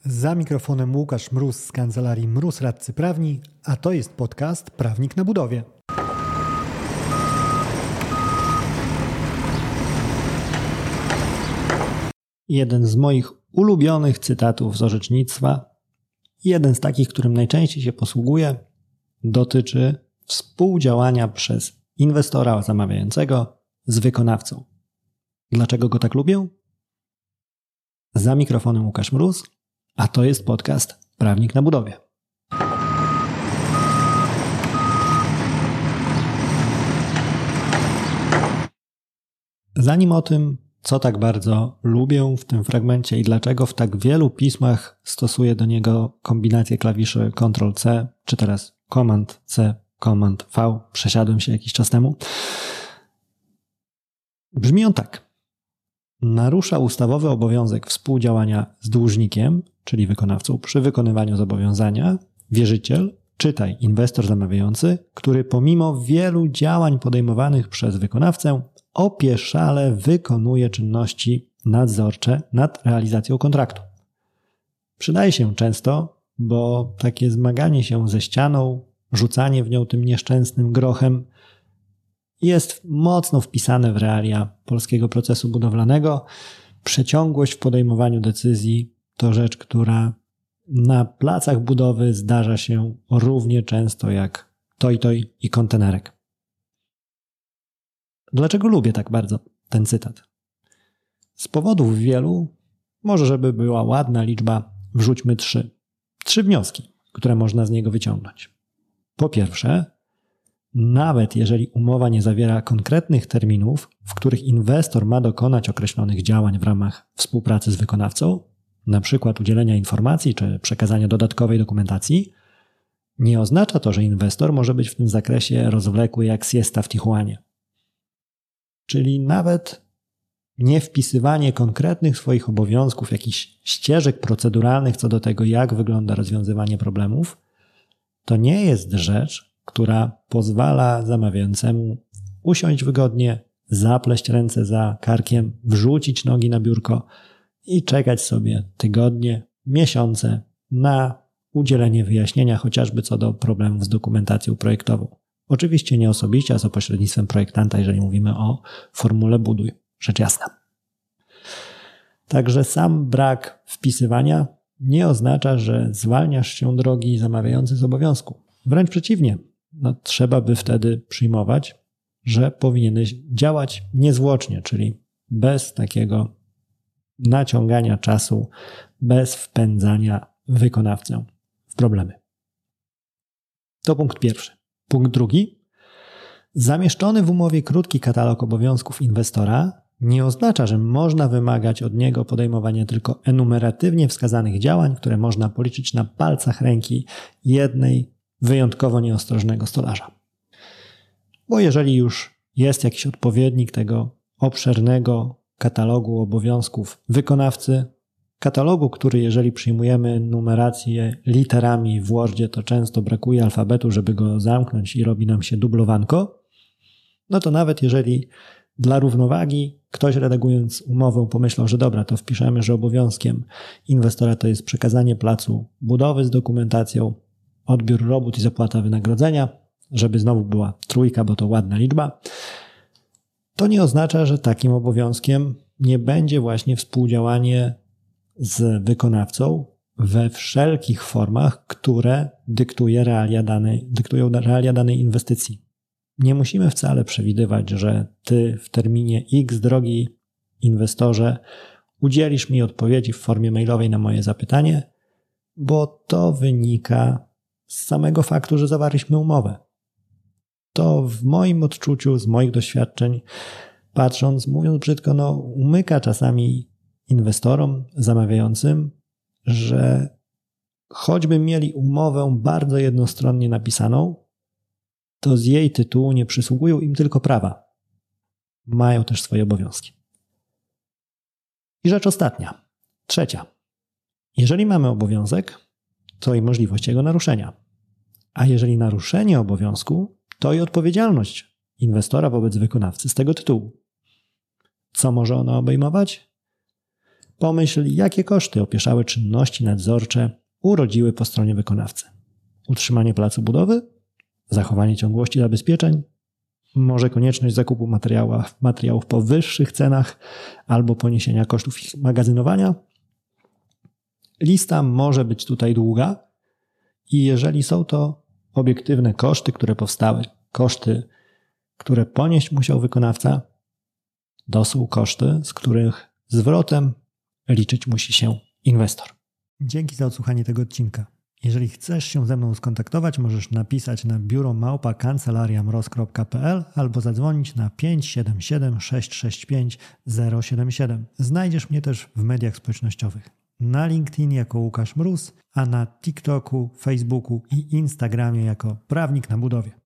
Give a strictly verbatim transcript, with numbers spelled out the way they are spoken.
Za mikrofonem Łukasz Mróz z kancelarii Mróz Radcy Prawni, a to jest podcast Prawnik na budowie. Jeden z moich ulubionych cytatów z orzecznictwa, jeden z takich, którym najczęściej się posługuję, dotyczy współdziałania przez inwestora zamawiającego z wykonawcą. Dlaczego go tak lubię? Za mikrofonem Łukasz Mróz, a to jest podcast Prawnik na budowie. Zanim o tym, co tak bardzo lubię w tym fragmencie i dlaczego w tak wielu pismach stosuję do niego kombinację klawiszy kontrol C, czy teraz Command C, Command V, przesiadłem się jakiś czas temu. Brzmi on tak. Narusza ustawowy obowiązek współdziałania z dłużnikiem, czyli wykonawcą, przy wykonywaniu zobowiązania, wierzyciel, czytaj inwestor zamawiający, który pomimo wielu działań podejmowanych przez wykonawcę opieszale wykonuje czynności nadzorcze nad realizacją kontraktu. Przydaje się często, bo takie zmaganie się ze ścianą, rzucanie w nią tym nieszczęsnym grochem jest mocno wpisane w realia polskiego procesu budowlanego. Przeciągłość w podejmowaniu decyzji to rzecz, która na placach budowy zdarza się równie często jak toj-toj i kontenerek. Dlaczego lubię tak bardzo ten cytat? Z powodów wielu, może żeby była ładna liczba, wrzućmy trzy. Trzy wnioski, które można z niego wyciągnąć. Po pierwsze, nawet jeżeli umowa nie zawiera konkretnych terminów, w których inwestor ma dokonać określonych działań w ramach współpracy z wykonawcą, na przykład udzielenia informacji czy przekazania dodatkowej dokumentacji, nie oznacza to, że inwestor może być w tym zakresie rozwlekły jak siesta w Tijuanie. Czyli nawet nie wpisywanie konkretnych swoich obowiązków, jakichś ścieżek proceduralnych co do tego, jak wygląda rozwiązywanie problemów, to nie jest rzecz, która pozwala zamawiającemu usiąść wygodnie, zapleść ręce za karkiem, wrzucić nogi na biurko i czekać sobie tygodnie, miesiące na udzielenie wyjaśnienia chociażby co do problemów z dokumentacją projektową. Oczywiście nie osobiście, a za pośrednictwem projektanta, jeżeli mówimy o formule buduj, rzecz jasna. Także sam brak wpisywania nie oznacza, że zwalniasz się drogi zamawiający z obowiązku. Wręcz przeciwnie. No, trzeba by wtedy przyjmować, że powinieneś działać niezwłocznie, czyli bez takiego naciągania czasu, bez wpędzania wykonawcę w problemy. To punkt pierwszy. Punkt drugi. Zamieszczony w umowie krótki katalog obowiązków inwestora nie oznacza, że można wymagać od niego podejmowania tylko enumeratywnie wskazanych działań, które można policzyć na palcach ręki jednej wyjątkowo nieostrożnego stolarza. Bo jeżeli już jest jakiś odpowiednik tego obszernego katalogu obowiązków wykonawcy, katalogu, który jeżeli przyjmujemy numerację literami w Wordzie, to często brakuje alfabetu, żeby go zamknąć i robi nam się dublowanko, no to nawet jeżeli dla równowagi ktoś redagując umowę pomyślał, że dobra, to wpiszemy, że obowiązkiem inwestora to jest przekazanie placu budowy z dokumentacją, odbiór robót i zapłata wynagrodzenia, żeby znowu była trójka, bo to ładna liczba, to nie oznacza, że takim obowiązkiem nie będzie właśnie współdziałanie z wykonawcą we wszelkich formach, które dyktuje realia danej, dyktują realia danej inwestycji. Nie musimy wcale przewidywać, że ty w terminie X, drogi inwestorze, udzielisz mi odpowiedzi w formie mailowej na moje zapytanie, bo to wynika z samego faktu, że zawarliśmy umowę. To w moim odczuciu, z moich doświadczeń, patrząc, mówiąc brzydko, no umyka czasami inwestorom, zamawiającym, że choćby mieli umowę bardzo jednostronnie napisaną, to z jej tytułu nie przysługują im tylko prawa. Mają też swoje obowiązki. I rzecz ostatnia, trzecia. Jeżeli mamy obowiązek, to i możliwość jego naruszenia. A jeżeli naruszenie obowiązku, to i odpowiedzialność inwestora wobec wykonawcy z tego tytułu. Co może ona obejmować? Pomyśl, jakie koszty opieszałe czynności nadzorcze urodziły po stronie wykonawcy. Utrzymanie placu budowy? Zachowanie ciągłości zabezpieczeń? Może konieczność zakupu materiałów, materiałów po wyższych cenach albo poniesienia kosztów ich magazynowania? Lista może być tutaj długa i jeżeli są to obiektywne koszty, które powstały, koszty, które ponieść musiał wykonawca, to są koszty, z których zwrotem liczyć musi się inwestor. Dzięki za odsłuchanie tego odcinka. Jeżeli chcesz się ze mną skontaktować, możesz napisać na biuro małpa kancelaria mroz kropka p l albo zadzwonić na pięć siedem siedem sześć sześć pięć zero siedem siedem. Znajdziesz mnie też w mediach społecznościowych. Na LinkedIn jako Łukasz Mróz, a na TikToku, Facebooku i Instagramie jako Prawnik na Budowie.